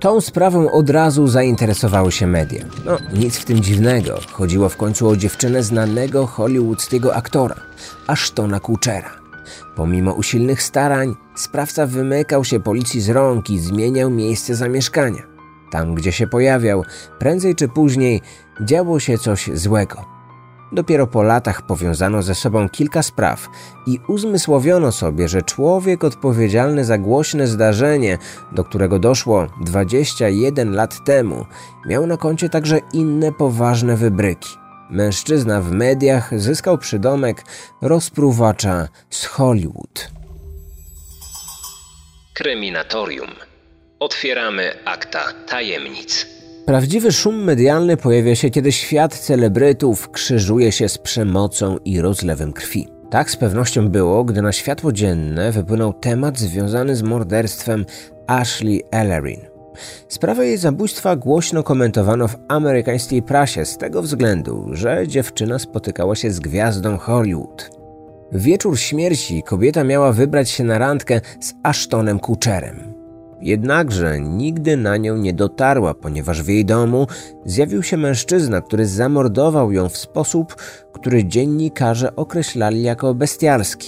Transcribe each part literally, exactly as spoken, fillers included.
Tą sprawą od razu zainteresowały się media. No, nic w tym dziwnego. Chodziło w końcu o dziewczynę znanego hollywoodzkiego aktora, Ashtona Kutchera. Pomimo usilnych starań, sprawca wymykał się policji z rąk i zmieniał miejsce zamieszkania. Tam, gdzie się pojawiał, prędzej czy później działo się coś złego. Dopiero po latach powiązano ze sobą kilka spraw i uzmysłowiono sobie, że człowiek odpowiedzialny za głośne zdarzenie, do którego doszło dwadzieścia jeden lat temu, miał na koncie także inne poważne wybryki. Mężczyzna w mediach zyskał przydomek rozpruwacza z Hollywood. Kryminatorium. Otwieramy akta tajemnic. Prawdziwy szum medialny pojawia się, kiedy świat celebrytów krzyżuje się z przemocą i rozlewem krwi. Tak z pewnością było, gdy na światło dzienne wypłynął temat związany z morderstwem Ashley Ellerin. Sprawę jej zabójstwa głośno komentowano w amerykańskiej prasie z tego względu, że dziewczyna spotykała się z gwiazdą Hollywood. W wieczór śmierci kobieta miała wybrać się na randkę z Ashtonem Kutcherem. Jednakże nigdy na nią nie dotarła, ponieważ w jej domu zjawił się mężczyzna, który zamordował ją w sposób, który dziennikarze określali jako bestialski.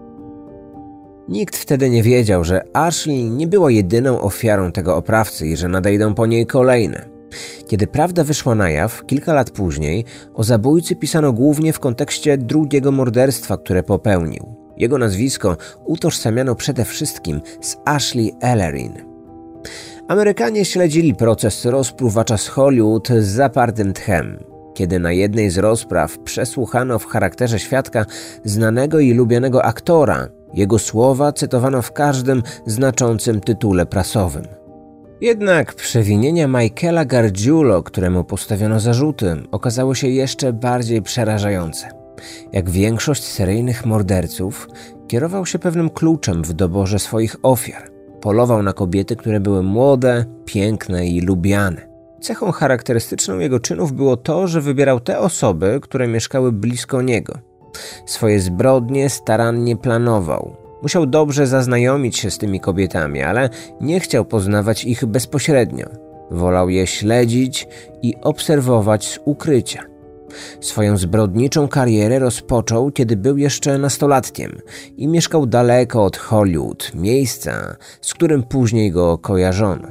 Nikt wtedy nie wiedział, że Ashley nie była jedyną ofiarą tego oprawcy i że nadejdą po niej kolejne. Kiedy prawda wyszła na jaw, kilka lat później, o zabójcy pisano głównie w kontekście drugiego morderstwa, które popełnił. Jego nazwisko utożsamiano przede wszystkim z Ashley Ellerin. Amerykanie śledzili proces rozpruwacza z Hollywood z zapartym tchem. Kiedy na jednej z rozpraw przesłuchano w charakterze świadka znanego i lubianego aktora, jego słowa cytowano w każdym znaczącym tytule prasowym. Jednak przewinienia Michaela Gargiulo, któremu postawiono zarzuty, okazały się jeszcze bardziej przerażające. Jak większość seryjnych morderców, kierował się pewnym kluczem w doborze swoich ofiar. Polował na kobiety, które były młode, piękne i lubiane. Cechą charakterystyczną jego czynów było to, że wybierał te osoby, które mieszkały blisko niego. Swoje zbrodnie starannie planował. Musiał dobrze zaznajomić się z tymi kobietami, ale nie chciał poznawać ich bezpośrednio. Wolał je śledzić i obserwować z ukrycia. Swoją zbrodniczą karierę rozpoczął, kiedy był jeszcze nastolatkiem i mieszkał daleko od Hollywood, miejsca, z którym później go kojarzono.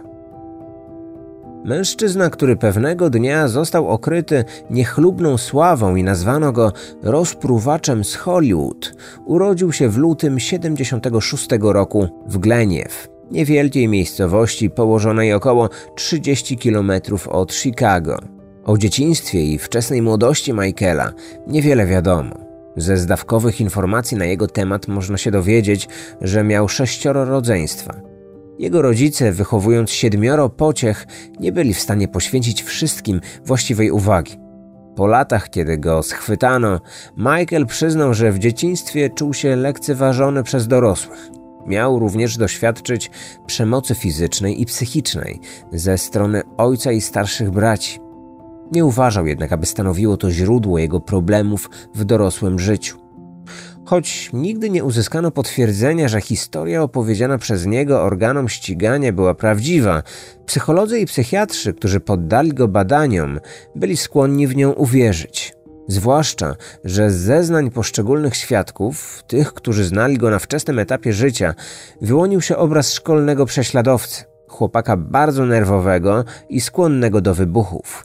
Mężczyzna, który pewnego dnia został okryty niechlubną sławą i nazwano go rozpruwaczem z Hollywood, urodził się w lutym siedemdziesiątego szóstego roku w Gleniew, niewielkiej miejscowości położonej około trzydzieści kilometrów od Chicago. O dzieciństwie i wczesnej młodości Michaela niewiele wiadomo. Ze zdawkowych informacji na jego temat można się dowiedzieć, że miał sześcioro rodzeństwa. Jego rodzice, wychowując siedmioro pociech, nie byli w stanie poświęcić wszystkim właściwej uwagi. Po latach, kiedy go schwytano, Michael przyznał, że w dzieciństwie czuł się lekceważony przez dorosłych. Miał również doświadczyć przemocy fizycznej i psychicznej ze strony ojca i starszych braci. Nie uważał jednak, aby stanowiło to źródło jego problemów w dorosłym życiu. Choć nigdy nie uzyskano potwierdzenia, że historia opowiedziana przez niego organom ścigania była prawdziwa, psycholodzy i psychiatrzy, którzy poddali go badaniom, byli skłonni w nią uwierzyć. Zwłaszcza, że z zeznań poszczególnych świadków, tych, którzy znali go na wczesnym etapie życia, wyłonił się obraz szkolnego prześladowcy, chłopaka bardzo nerwowego i skłonnego do wybuchów.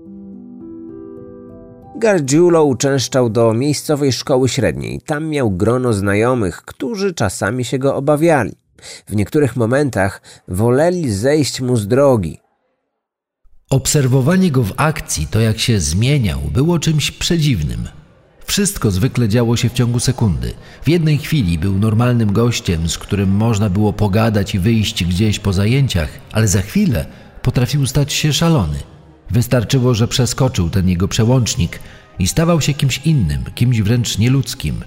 Gargiulo uczęszczał do miejscowej szkoły średniej. Tam miał grono znajomych, którzy czasami się go obawiali. W niektórych momentach woleli zejść mu z drogi. Obserwowanie go w akcji, to jak się zmieniał, było czymś przedziwnym. Wszystko zwykle działo się w ciągu sekundy. W jednej chwili był normalnym gościem, z którym można było pogadać i wyjść gdzieś po zajęciach, ale za chwilę potrafił stać się szalony. Wystarczyło, że przeskoczył ten jego przełącznik i stawał się kimś innym, kimś wręcz nieludzkim.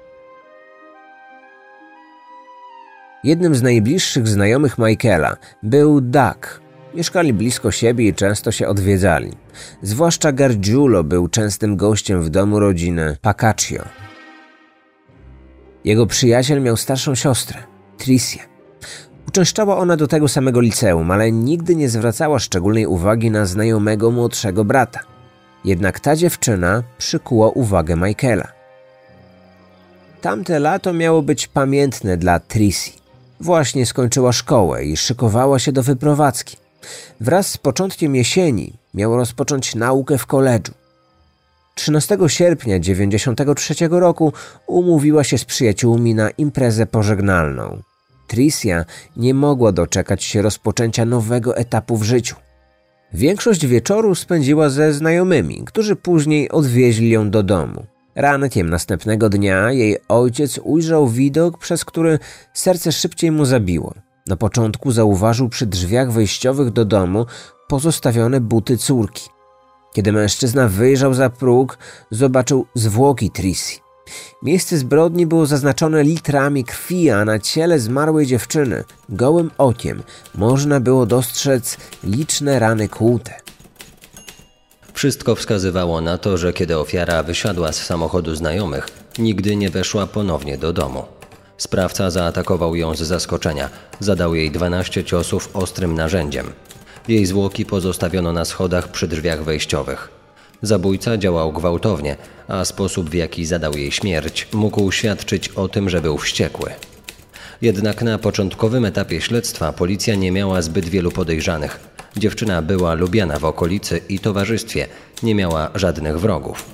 Jednym z najbliższych znajomych Michaela był Doug. Mieszkali blisko siebie i często się odwiedzali. Zwłaszcza Gargiulo był częstym gościem w domu rodziny Pacaccio. Jego przyjaciel miał starszą siostrę, Tricię. Uczęszczała ona do tego samego liceum, ale nigdy nie zwracała szczególnej uwagi na znajomego młodszego brata. Jednak ta dziewczyna przykuła uwagę Michaela. Tamte lato miało być pamiętne dla Tracy. Właśnie skończyła szkołę i szykowała się do wyprowadzki. Wraz z początkiem jesieni miał rozpocząć naukę w koledżu. trzynastego sierpnia dziewięćdziesiątego trzeciego roku umówiła się z przyjaciółmi na imprezę pożegnalną. Tricia nie mogła doczekać się rozpoczęcia nowego etapu w życiu. Większość wieczoru spędziła ze znajomymi, którzy później odwieźli ją do domu. Rankiem następnego dnia jej ojciec ujrzał widok, przez który serce szybciej mu zabiło. Na początku zauważył przy drzwiach wejściowych do domu pozostawione buty córki. Kiedy mężczyzna wyjrzał za próg, zobaczył zwłoki Tracy. Miejsce zbrodni było zaznaczone litrami krwi, a na ciele zmarłej dziewczyny gołym okiem można było dostrzec liczne rany kłute. Wszystko wskazywało na to, że kiedy ofiara wysiadła z samochodu znajomych, nigdy nie weszła ponownie do domu. Sprawca zaatakował ją z zaskoczenia, zadał jej dwanaście ciosów ostrym narzędziem. Jej zwłoki pozostawiono na schodach przy drzwiach wejściowych. Zabójca działał gwałtownie, a sposób, w jaki zadał jej śmierć, mógł świadczyć o tym, że był wściekły. Jednak na początkowym etapie śledztwa policja nie miała zbyt wielu podejrzanych. Dziewczyna była lubiana w okolicy i towarzystwie, nie miała żadnych wrogów.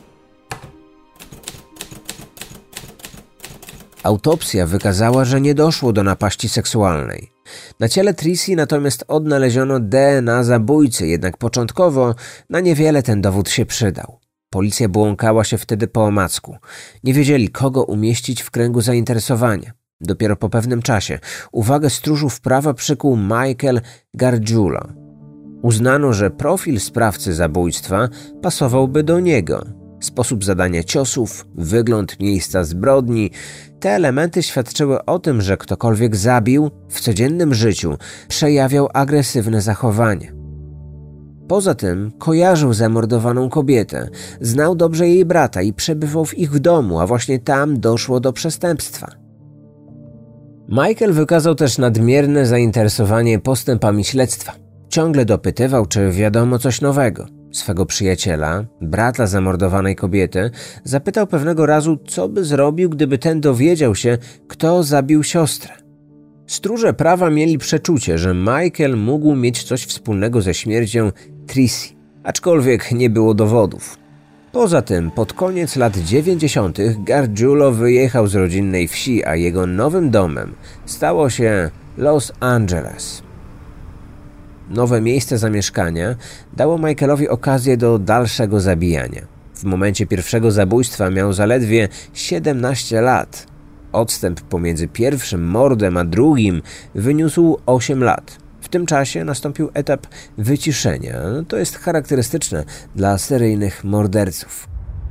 Autopsja wykazała, że nie doszło do napaści seksualnej. Na ciele Tracy natomiast odnaleziono D N A zabójcy, jednak początkowo na niewiele ten dowód się przydał. Policja błąkała się wtedy po omacku. Nie wiedzieli, kogo umieścić w kręgu zainteresowania. Dopiero po pewnym czasie uwagę stróżów prawa przykuł Michael Gargiulo. Uznano, że profil sprawcy zabójstwa pasowałby do niego. Sposób zadania ciosów, wygląd miejsca zbrodni, te elementy świadczyły o tym, że ktokolwiek zabił w codziennym życiu przejawiał agresywne zachowanie. Poza tym kojarzył zamordowaną kobietę, znał dobrze jej brata i przebywał w ich domu, a właśnie tam doszło do przestępstwa. Michael wykazał też nadmierne zainteresowanie postępami śledztwa. Ciągle dopytywał, czy wiadomo coś nowego. Swego przyjaciela, brata zamordowanej kobiety, zapytał pewnego razu, co by zrobił, gdyby ten dowiedział się, kto zabił siostrę. Stróże prawa mieli przeczucie, że Michael mógł mieć coś wspólnego ze śmiercią Tracy, aczkolwiek nie było dowodów. Poza tym, pod koniec lat dziewięćdziesiątych Gargiulo wyjechał z rodzinnej wsi, a jego nowym domem stało się Los Angeles. Nowe miejsce zamieszkania dało Michaelowi okazję do dalszego zabijania. W momencie pierwszego zabójstwa miał zaledwie siedemnaście lat. Odstęp pomiędzy pierwszym mordem a drugim wyniósł osiem lat. W tym czasie nastąpił etap wyciszenia. To jest charakterystyczne dla seryjnych morderców.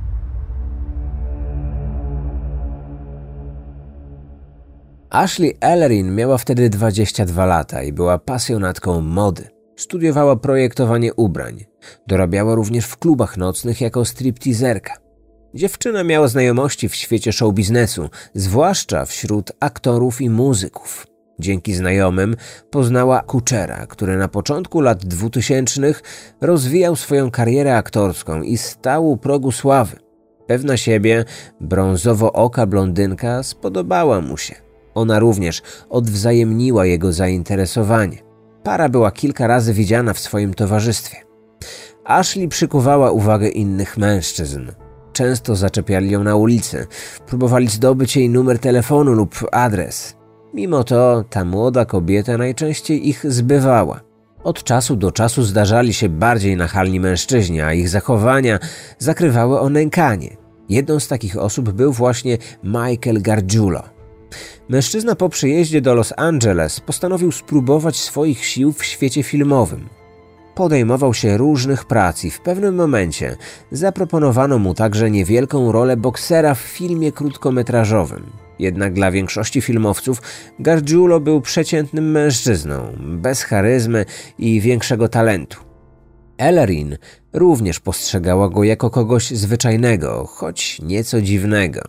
Ashley Ellerin miała wtedy dwadzieścia dwa lata i była pasjonatką mody. Studiowała projektowanie ubrań. Dorabiała również w klubach nocnych jako stripteaserka. Dziewczyna miała znajomości w świecie show biznesu, zwłaszcza wśród aktorów i muzyków. Dzięki znajomym poznała Kutchera, który na początku lat dwutysięcznych rozwijał swoją karierę aktorską i stał u progu sławy. Pewna siebie, brązowo-oka blondynka spodobała mu się. Ona również odwzajemniła jego zainteresowanie. Para była kilka razy widziana w swoim towarzystwie. Ashley przykuwała uwagę innych mężczyzn. Często zaczepiali ją na ulicy, próbowali zdobyć jej numer telefonu lub adres. Mimo to ta młoda kobieta najczęściej ich zbywała. Od czasu do czasu zdarzali się bardziej nachalni mężczyźni, a ich zachowania zakrywały o nękanie. Jedną z takich osób był właśnie Michael Gargiulo. Mężczyzna po przyjeździe do Los Angeles postanowił spróbować swoich sił w świecie filmowym. Podejmował się różnych prac i w pewnym momencie zaproponowano mu także niewielką rolę boksera w filmie krótkometrażowym. Jednak dla większości filmowców Gargiulo był przeciętnym mężczyzną, bez charyzmy i większego talentu. Ellerin również postrzegała go jako kogoś zwyczajnego, choć nieco dziwnego.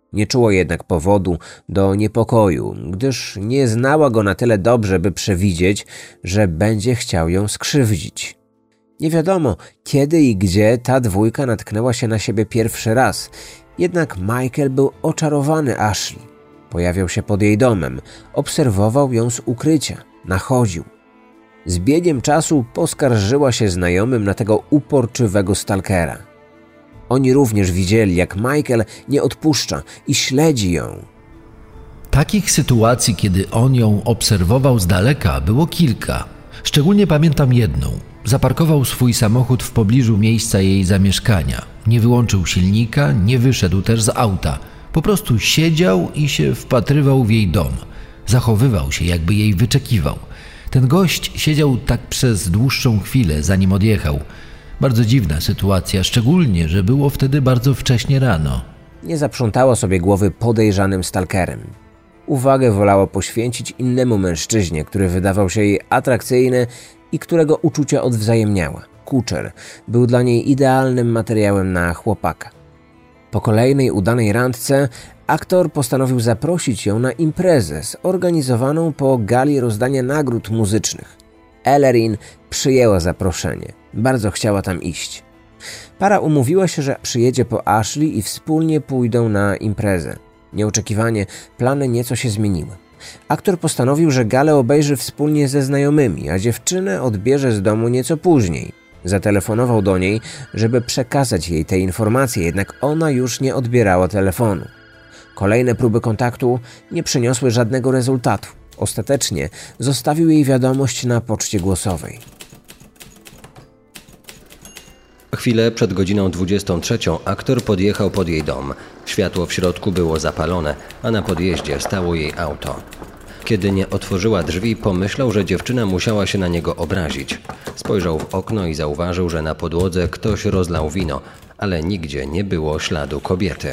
Nie czuła jednak powodu do niepokoju, gdyż nie znała go na tyle dobrze, by przewidzieć, że będzie chciał ją skrzywdzić. Nie wiadomo, kiedy i gdzie ta dwójka natknęła się na siebie pierwszy raz, jednak Michael był oczarowany Ashley. Pojawiał się pod jej domem, obserwował ją z ukrycia, nachodził. Z biegiem czasu poskarżyła się znajomym na tego uporczywego stalkera. Oni również widzieli, jak Michael nie odpuszcza i śledzi ją. Takich sytuacji, kiedy on ją obserwował z daleka, było kilka. Szczególnie pamiętam jedną. Zaparkował swój samochód w pobliżu miejsca jej zamieszkania. Nie wyłączył silnika, nie wyszedł też z auta. Po prostu siedział i się wpatrywał w jej dom. Zachowywał się, jakby jej wyczekiwał. Ten gość siedział tak przez dłuższą chwilę, zanim odjechał. Bardzo dziwna sytuacja, szczególnie, że było wtedy bardzo wcześnie rano. Nie zaprzątała sobie głowy podejrzanym stalkerem. Uwagę wolała poświęcić innemu mężczyźnie, który wydawał się jej atrakcyjny i którego uczucia odwzajemniała. Kutcher był dla niej idealnym materiałem na chłopaka. Po kolejnej udanej randce aktor postanowił zaprosić ją na imprezę zorganizowaną po gali rozdania nagród muzycznych. Ellerin przyjęła zaproszenie. Bardzo chciała tam iść. Para umówiła się, że przyjedzie po Ashley i wspólnie pójdą na imprezę. Nieoczekiwanie plany nieco się zmieniły. Aktor postanowił, że galę obejrzy wspólnie ze znajomymi, a dziewczynę odbierze z domu nieco później. Zatelefonował do niej, żeby przekazać jej te informacje, jednak ona już nie odbierała telefonu. Kolejne próby kontaktu nie przyniosły żadnego rezultatu. Ostatecznie zostawił jej wiadomość na poczcie głosowej. Chwilę przed godziną dwudziestą trzecią aktor podjechał pod jej dom. Światło w środku było zapalone, a na podjeździe stało jej auto. Kiedy nie otworzyła drzwi, pomyślał, że dziewczyna musiała się na niego obrazić. Spojrzał w okno i zauważył, że na podłodze ktoś rozlał wino, ale nigdzie nie było śladu kobiety.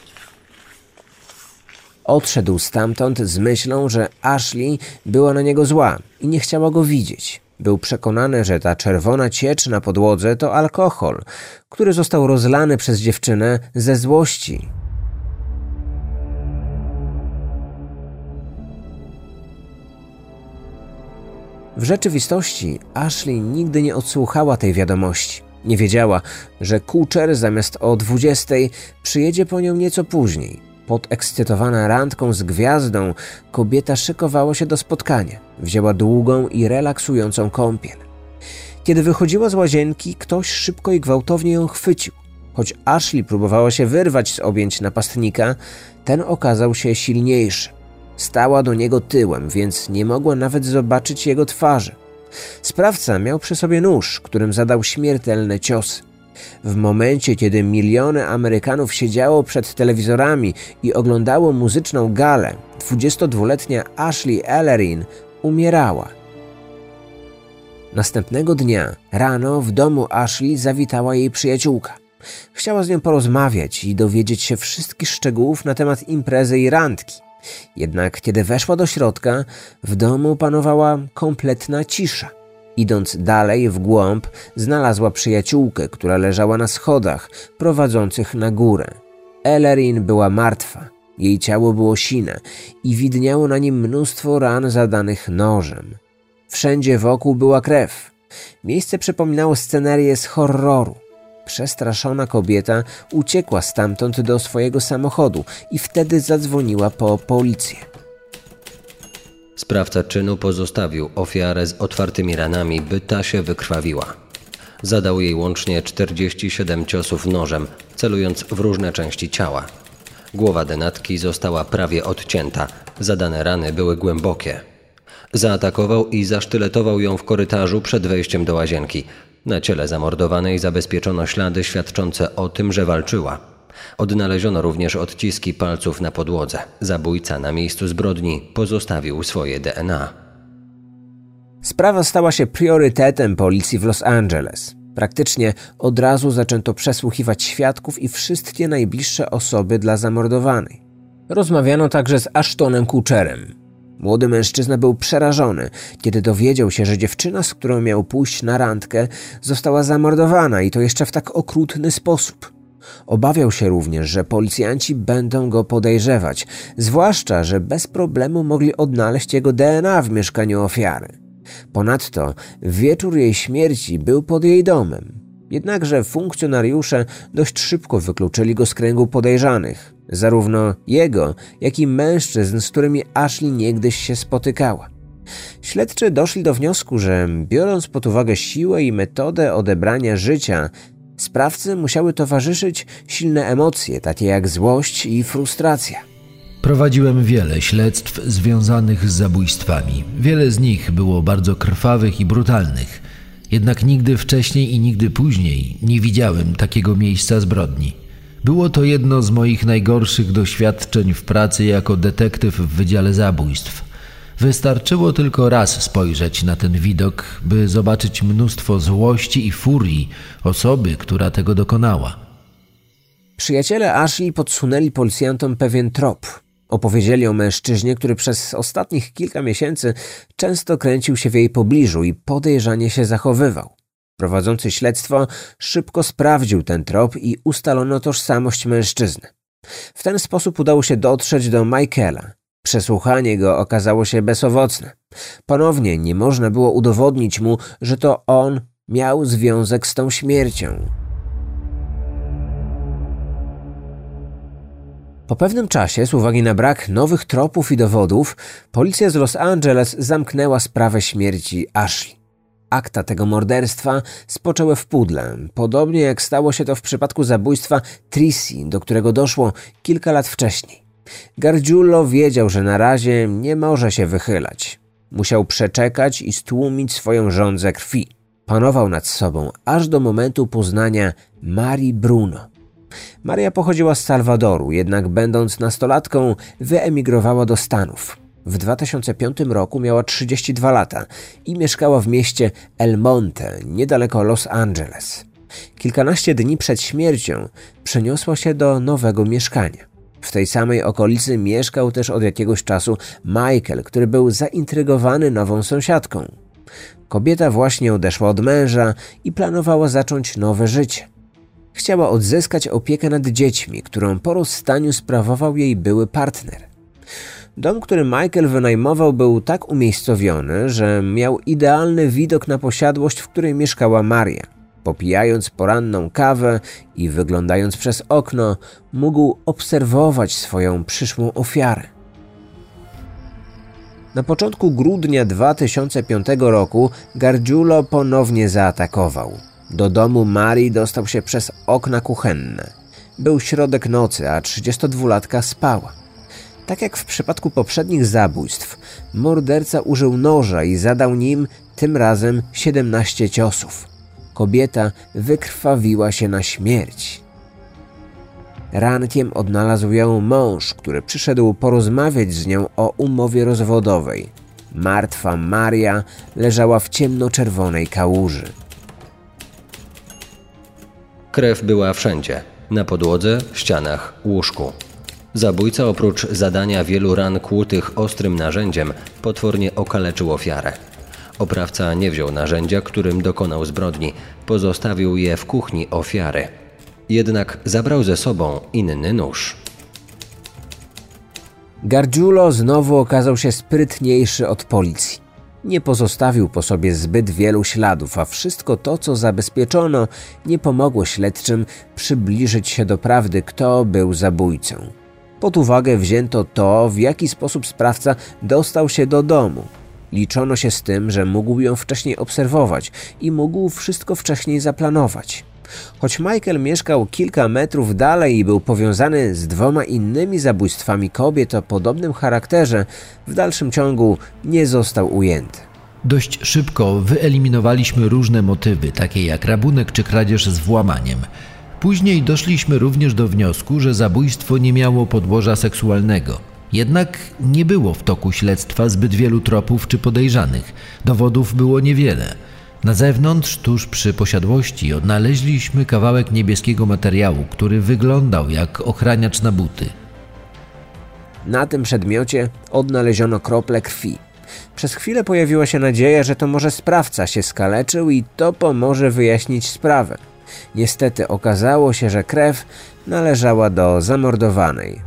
Odszedł stamtąd z myślą, że Ashley była na niego zła i nie chciała go widzieć. Był przekonany, że ta czerwona ciecz na podłodze to alkohol, który został rozlany przez dziewczynę ze złości. W rzeczywistości Ashley nigdy nie odsłuchała tej wiadomości. Nie wiedziała, że Kutcher zamiast o dwudziestej przyjedzie po nią nieco później. Podekscytowana randką z gwiazdą, kobieta szykowała się do spotkania. Wzięła długą i relaksującą kąpiel. Kiedy wychodziła z łazienki, ktoś szybko i gwałtownie ją chwycił. Choć Ashley próbowała się wyrwać z objęć napastnika, ten okazał się silniejszy. Stała do niego tyłem, więc nie mogła nawet zobaczyć jego twarzy. Sprawca miał przy sobie nóż, którym zadał śmiertelne ciosy. W momencie, kiedy miliony Amerykanów siedziało przed telewizorami i oglądało muzyczną galę, dwudziestodwuletnia Ashley Ellerin umierała. Następnego dnia rano w domu Ashley zawitała jej przyjaciółka. Chciała z nią porozmawiać i dowiedzieć się wszystkich szczegółów na temat imprezy i randki. Jednak kiedy weszła do środka, w domu panowała kompletna cisza. Idąc dalej w głąb, znalazła przyjaciółkę, która leżała na schodach prowadzących na górę. Ellerin była martwa. Jej ciało było sine i widniało na nim mnóstwo ran zadanych nożem. Wszędzie wokół była krew. Miejsce przypominało scenerię z horroru. Przestraszona kobieta uciekła stamtąd do swojego samochodu i wtedy zadzwoniła po policję. Sprawca czynu pozostawił ofiarę z otwartymi ranami, by ta się wykrwawiła. Zadał jej łącznie czterdzieści siedem ciosów nożem, celując w różne części ciała. Głowa denatki została prawie odcięta, zadane rany były głębokie. Zaatakował i zasztyletował ją w korytarzu przed wejściem do łazienki. Na ciele zamordowanej zabezpieczono ślady świadczące o tym, że walczyła. Odnaleziono również odciski palców na podłodze. Zabójca na miejscu zbrodni pozostawił swoje D N A. Sprawa stała się priorytetem policji w Los Angeles. Praktycznie od razu zaczęto przesłuchiwać świadków i wszystkie najbliższe osoby dla zamordowanej. Rozmawiano także z Ashtonem Kutcherem. Młody mężczyzna był przerażony, kiedy dowiedział się, że dziewczyna, z którą miał pójść na randkę, została zamordowana i to jeszcze w tak okrutny sposób. Obawiał się również, że policjanci będą go podejrzewać, zwłaszcza, że bez problemu mogli odnaleźć jego D N A w mieszkaniu ofiary. Ponadto wieczór jej śmierci był pod jej domem. Jednakże funkcjonariusze dość szybko wykluczyli go z kręgu podejrzanych, zarówno jego, jak i mężczyzn, z którymi Ashley niegdyś się spotykała. Śledczy doszli do wniosku, że biorąc pod uwagę siłę i metodę odebrania życia, sprawcy musiały towarzyszyć silne emocje, takie jak złość i frustracja. Prowadziłem wiele śledztw związanych z zabójstwami. Wiele z nich było bardzo krwawych i brutalnych. Jednak nigdy wcześniej i nigdy później nie widziałem takiego miejsca zbrodni. Było to jedno z moich najgorszych doświadczeń w pracy jako detektyw w Wydziale Zabójstw. Wystarczyło tylko raz spojrzeć na ten widok, by zobaczyć mnóstwo złości i furii osoby, która tego dokonała. Przyjaciele Ashley podsunęli policjantom pewien trop. Opowiedzieli o mężczyźnie, który przez ostatnich kilka miesięcy często kręcił się w jej pobliżu i podejrzanie się zachowywał. Prowadzący śledztwo szybko sprawdził ten trop i ustalono tożsamość mężczyzny. W ten sposób udało się dotrzeć do Michaela. Przesłuchanie go okazało się bezowocne. Ponownie nie można było udowodnić mu, że to on miał związek z tą śmiercią. Po pewnym czasie, z uwagi na brak nowych tropów i dowodów, policja z Los Angeles zamknęła sprawę śmierci Ashley. Akta tego morderstwa spoczęły w pudle, podobnie jak stało się to w przypadku zabójstwa Tracy, do którego doszło kilka lat wcześniej. Gargiulo wiedział, że na razie nie może się wychylać. Musiał przeczekać i stłumić swoją żądzę krwi. Panował nad sobą aż do momentu poznania Marii Bruno. Maria pochodziła z Salwadoru, jednak będąc nastolatką wyemigrowała do Stanów. W dwa tysiące piątym roku miała trzydzieści dwa lata i mieszkała w mieście El Monte, niedaleko Los Angeles. Kilkanaście dni przed śmiercią przeniosła się do nowego mieszkania. W tej samej okolicy mieszkał też od jakiegoś czasu Michael, który był zaintrygowany nową sąsiadką. Kobieta właśnie odeszła od męża i planowała zacząć nowe życie. Chciała odzyskać opiekę nad dziećmi, którą po rozstaniu sprawował jej były partner. Dom, który Michael wynajmował, był tak umiejscowiony, że miał idealny widok na posiadłość, w której mieszkała Maria. Popijając poranną kawę i wyglądając przez okno, mógł obserwować swoją przyszłą ofiarę. Na początku grudnia dwa tysiące piątego roku Gargiulo ponownie zaatakował. Do domu Marii dostał się przez okna kuchenne. Był środek nocy, a trzydziestodwulatka spała. Tak jak w przypadku poprzednich zabójstw, morderca użył noża i zadał nim tym razem siedemnaście ciosów. Kobieta wykrwawiła się na śmierć. Rankiem odnalazł ją mąż, który przyszedł porozmawiać z nią o umowie rozwodowej. Martwa Maria leżała w ciemnoczerwonej kałuży. Krew była wszędzie. Na podłodze, ścianach, łóżku. Zabójca oprócz zadania wielu ran kłutych ostrym narzędziem potwornie okaleczył ofiarę. Oprawca nie wziął narzędzia, którym dokonał zbrodni. Pozostawił je w kuchni ofiary. Jednak zabrał ze sobą inny nóż. Gargiulo znowu okazał się sprytniejszy od policji. Nie pozostawił po sobie zbyt wielu śladów, a wszystko to, co zabezpieczono, nie pomogło śledczym przybliżyć się do prawdy, kto był zabójcą. Pod uwagę wzięto to, w jaki sposób sprawca dostał się do domu. Liczono się z tym, że mógł ją wcześniej obserwować i mógł wszystko wcześniej zaplanować. Choć Michael mieszkał kilka metrów dalej i był powiązany z dwoma innymi zabójstwami kobiet o podobnym charakterze, w dalszym ciągu nie został ujęty. Dość szybko wyeliminowaliśmy różne motywy, takie jak rabunek czy kradzież z włamaniem. Później doszliśmy również do wniosku, że zabójstwo nie miało podłoża seksualnego. Jednak nie było w toku śledztwa zbyt wielu tropów czy podejrzanych. Dowodów było niewiele. Na zewnątrz, tuż przy posiadłości, odnaleźliśmy kawałek niebieskiego materiału, który wyglądał jak ochraniacz na buty. Na tym przedmiocie odnaleziono krople krwi. Przez chwilę pojawiła się nadzieja, że to może sprawca się skaleczył i to pomoże wyjaśnić sprawę. Niestety okazało się, że krew należała do zamordowanej.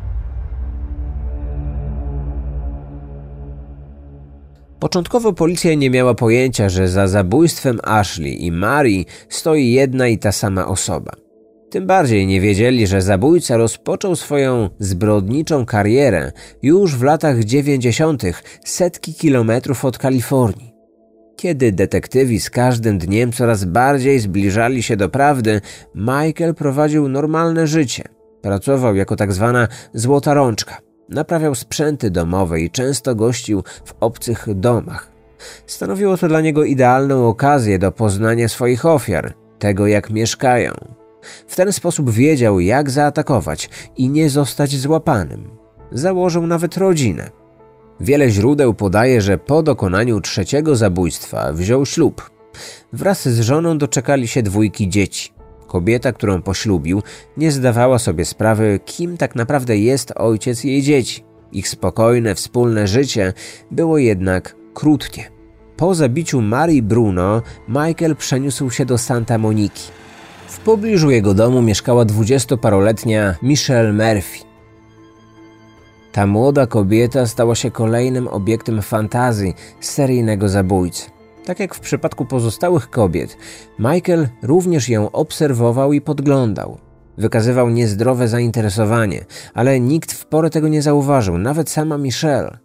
Początkowo policja nie miała pojęcia, że za zabójstwem Ashley i Mary stoi jedna i ta sama osoba. Tym bardziej nie wiedzieli, że zabójca rozpoczął swoją zbrodniczą karierę już w latach dziewięćdziesiątych setki kilometrów od Kalifornii. Kiedy detektywi z każdym dniem coraz bardziej zbliżali się do prawdy, Michael prowadził normalne życie. Pracował jako tak zwana złota rączka. Naprawiał sprzęty domowe i często gościł w obcych domach. Stanowiło to dla niego idealną okazję do poznania swoich ofiar, tego jak mieszkają. W ten sposób wiedział, jak zaatakować i nie zostać złapanym. Założył nawet rodzinę. Wiele źródeł podaje, że po dokonaniu trzeciego zabójstwa wziął ślub. Wraz z żoną doczekali się dwójki dzieci. Kobieta, którą poślubił, nie zdawała sobie sprawy, kim tak naprawdę jest ojciec jej dzieci. Ich spokojne, wspólne życie było jednak krótkie. Po zabiciu Mary Bruno, Michael przeniósł się do Santa Moniki. W pobliżu jego domu mieszkała dwudziestoparoletnia Michelle Murphy. Ta młoda kobieta stała się kolejnym obiektem fantazji seryjnego zabójcy. Tak jak w przypadku pozostałych kobiet, Michael również ją obserwował i podglądał. Wykazywał niezdrowe zainteresowanie, ale nikt w porę tego nie zauważył, nawet sama Michelle.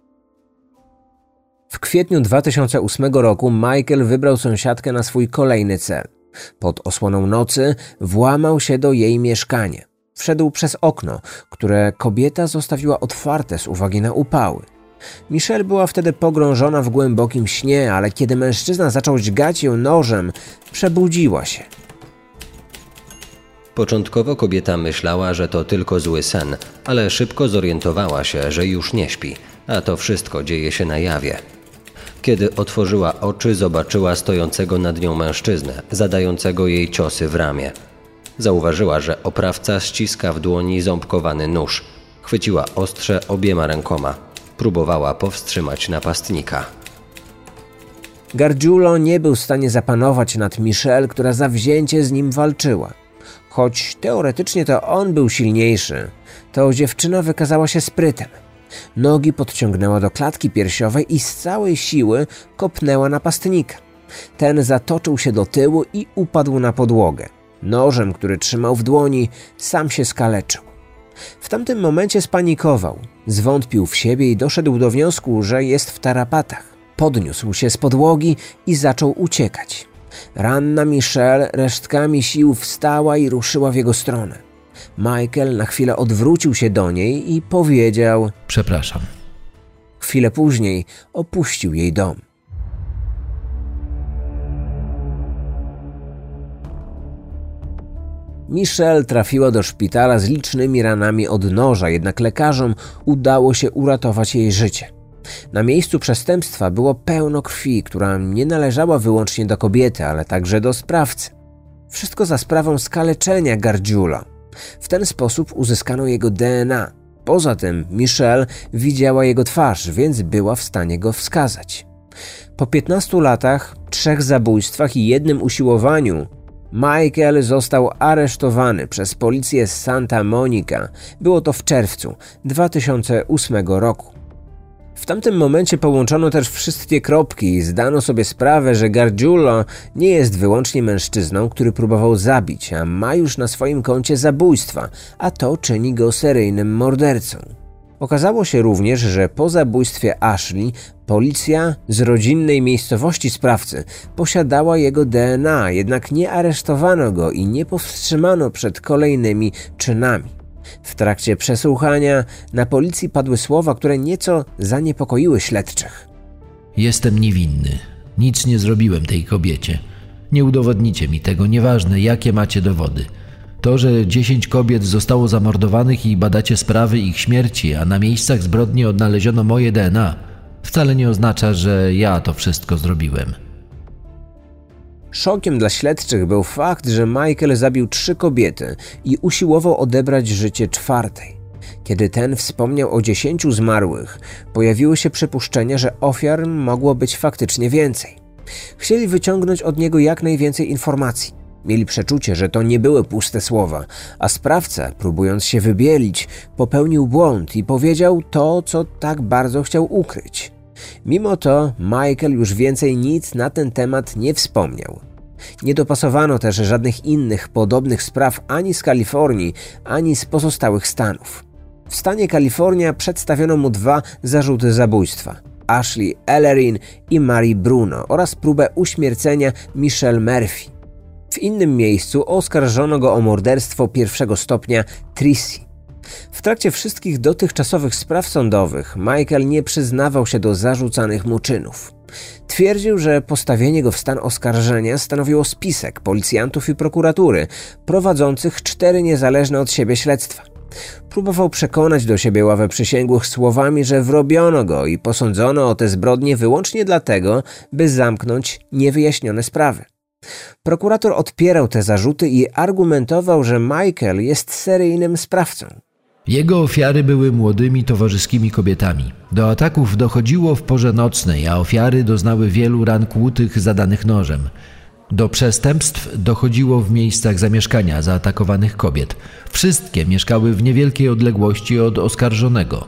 W kwietniu dwa tysiące ósmego roku Michael wybrał sąsiadkę na swój kolejny cel. Pod osłoną nocy włamał się do jej mieszkania. Wszedł przez okno, które kobieta zostawiła otwarte z uwagi na upały. Michelle była wtedy pogrążona w głębokim śnie, ale kiedy mężczyzna zaczął dźgać ją nożem, przebudziła się. Początkowo kobieta myślała, że to tylko zły sen, ale szybko zorientowała się, że już nie śpi, a to wszystko dzieje się na jawie. Kiedy otworzyła oczy, zobaczyła stojącego nad nią mężczyznę, zadającego jej ciosy w ramię. Zauważyła, że oprawca ściska w dłoni ząbkowany nóż. Chwyciła ostrze obiema rękoma. Próbowała powstrzymać napastnika. Gargiulo nie był w stanie zapanować nad Michelle, która zawzięcie z nim walczyła. Choć teoretycznie to on był silniejszy, to dziewczyna wykazała się sprytem. Nogi podciągnęła do klatki piersiowej i z całej siły kopnęła napastnika. Ten zatoczył się do tyłu i upadł na podłogę. Nożem, który trzymał w dłoni, sam się skaleczył. W tamtym momencie spanikował, zwątpił w siebie i doszedł do wniosku, że jest w tarapatach. Podniósł się z podłogi i zaczął uciekać. Ranna Michelle resztkami sił wstała i ruszyła w jego stronę. Michael na chwilę odwrócił się do niej i powiedział: Przepraszam. Chwilę później opuścił jej dom. Michelle trafiła do szpitala z licznymi ranami od noża, jednak lekarzom udało się uratować jej życie. Na miejscu przestępstwa było pełno krwi, która nie należała wyłącznie do kobiety, ale także do sprawcy. Wszystko za sprawą skaleczenia Gargiulo. W ten sposób uzyskano jego D N A. Poza tym Michelle widziała jego twarz, więc była w stanie go wskazać. Po piętnastu latach, trzech zabójstwach i jednym usiłowaniu Michael został aresztowany przez policję z Santa Monica. Było to w czerwcu dwa tysiące ósmego roku. W tamtym momencie połączono też wszystkie kropki i zdano sobie sprawę, że Gargiulo nie jest wyłącznie mężczyzną, który próbował zabić, a ma już na swoim koncie zabójstwa, a to czyni go seryjnym mordercą. Okazało się również, że po zabójstwie Ashley policja z rodzinnej miejscowości sprawcy posiadała jego D N A, jednak nie aresztowano go i nie powstrzymano przed kolejnymi czynami. W trakcie przesłuchania na policji padły słowa, które nieco zaniepokoiły śledczych. Jestem niewinny. Nic nie zrobiłem tej kobiecie. Nie udowodnicie mi tego, nieważne jakie macie dowody. To, że dziesięć kobiet zostało zamordowanych i badacie sprawy ich śmierci, a na miejscach zbrodni odnaleziono moje D N A, wcale nie oznacza, że ja to wszystko zrobiłem. Szokiem dla śledczych był fakt, że Michael zabił trzy kobiety i usiłował odebrać życie czwartej. Kiedy ten wspomniał o dziesięciu zmarłych, pojawiły się przypuszczenia, że ofiar mogło być faktycznie więcej. Chcieli wyciągnąć od niego jak najwięcej informacji. Mieli przeczucie, że to nie były puste słowa, a sprawca, próbując się wybielić, popełnił błąd i powiedział to, co tak bardzo chciał ukryć. Mimo to Michael już więcej nic na ten temat nie wspomniał. Nie dopasowano też żadnych innych podobnych spraw ani z Kalifornii, ani z pozostałych stanów. W stanie Kalifornia przedstawiono mu dwa zarzuty zabójstwa: Ashley Ellerin i Mary Bruno oraz próbę uśmiercenia Michelle Murphy. W innym miejscu oskarżono go o morderstwo pierwszego stopnia Tracy. W trakcie wszystkich dotychczasowych spraw sądowych Michael nie przyznawał się do zarzucanych mu czynów. Twierdził, że postawienie go w stan oskarżenia stanowiło spisek policjantów i prokuratury prowadzących cztery niezależne od siebie śledztwa. Próbował przekonać do siebie ławę przysięgłych słowami, że wrobiono go i posądzono o te zbrodnie wyłącznie dlatego, by zamknąć niewyjaśnione sprawy. Prokurator odpierał te zarzuty i argumentował, że Michael jest seryjnym sprawcą. Jego ofiary były młodymi, towarzyskimi kobietami. Do ataków dochodziło w porze nocnej, a ofiary doznały wielu ran kłutych zadanych nożem. Do przestępstw dochodziło w miejscach zamieszkania zaatakowanych kobiet. Wszystkie mieszkały w niewielkiej odległości od oskarżonego.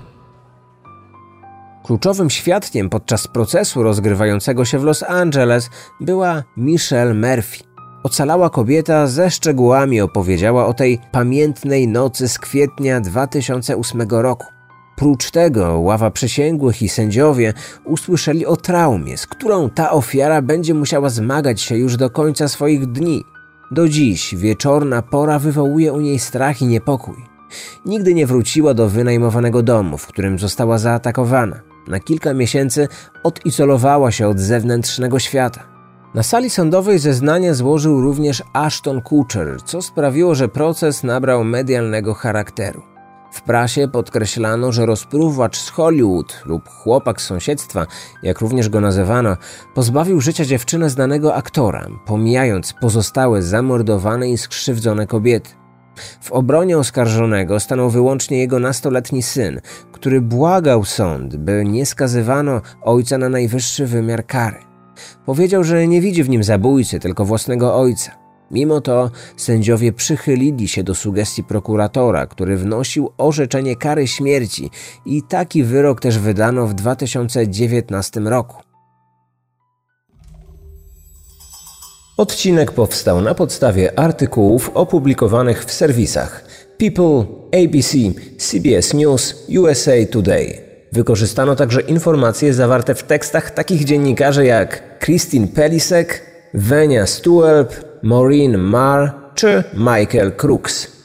Kluczowym świadkiem podczas procesu rozgrywającego się w Los Angeles była Michelle Murphy. Ocalała kobieta ze szczegółami opowiedziała o tej pamiętnej nocy z kwietnia dwa tysiące ósmego roku. Prócz tego ława przysięgłych i sędziowie usłyszeli o traumie, z którą ta ofiara będzie musiała zmagać się już do końca swoich dni. Do dziś wieczorna pora wywołuje u niej strach i niepokój. Nigdy nie wróciła do wynajmowanego domu, w którym została zaatakowana. Na kilka miesięcy odizolowała się od zewnętrznego świata. Na sali sądowej zeznania złożył również Ashton Kutcher, co sprawiło, że proces nabrał medialnego charakteru. W prasie podkreślano, że rozpruwacz z Hollywood lub chłopak z sąsiedztwa, jak również go nazywano, pozbawił życia dziewczynę znanego aktora, pomijając pozostałe zamordowane i skrzywdzone kobiety. W obronie oskarżonego stanął wyłącznie jego nastoletni syn, który błagał sąd, by nie skazywano ojca na najwyższy wymiar kary. Powiedział, że nie widzi w nim zabójcy, tylko własnego ojca. Mimo to sędziowie przychylili się do sugestii prokuratora, który wnosił orzeczenie kary śmierci i taki wyrok też wydano w dwa tysiące dziewiętnastym roku. Odcinek powstał na podstawie artykułów opublikowanych w serwisach People, A B C, C B S News, U S A Today. Wykorzystano także informacje zawarte w tekstach takich dziennikarzy jak Christine Pelisek, Venia Stuelp, Maureen Marr czy Michael Crooks.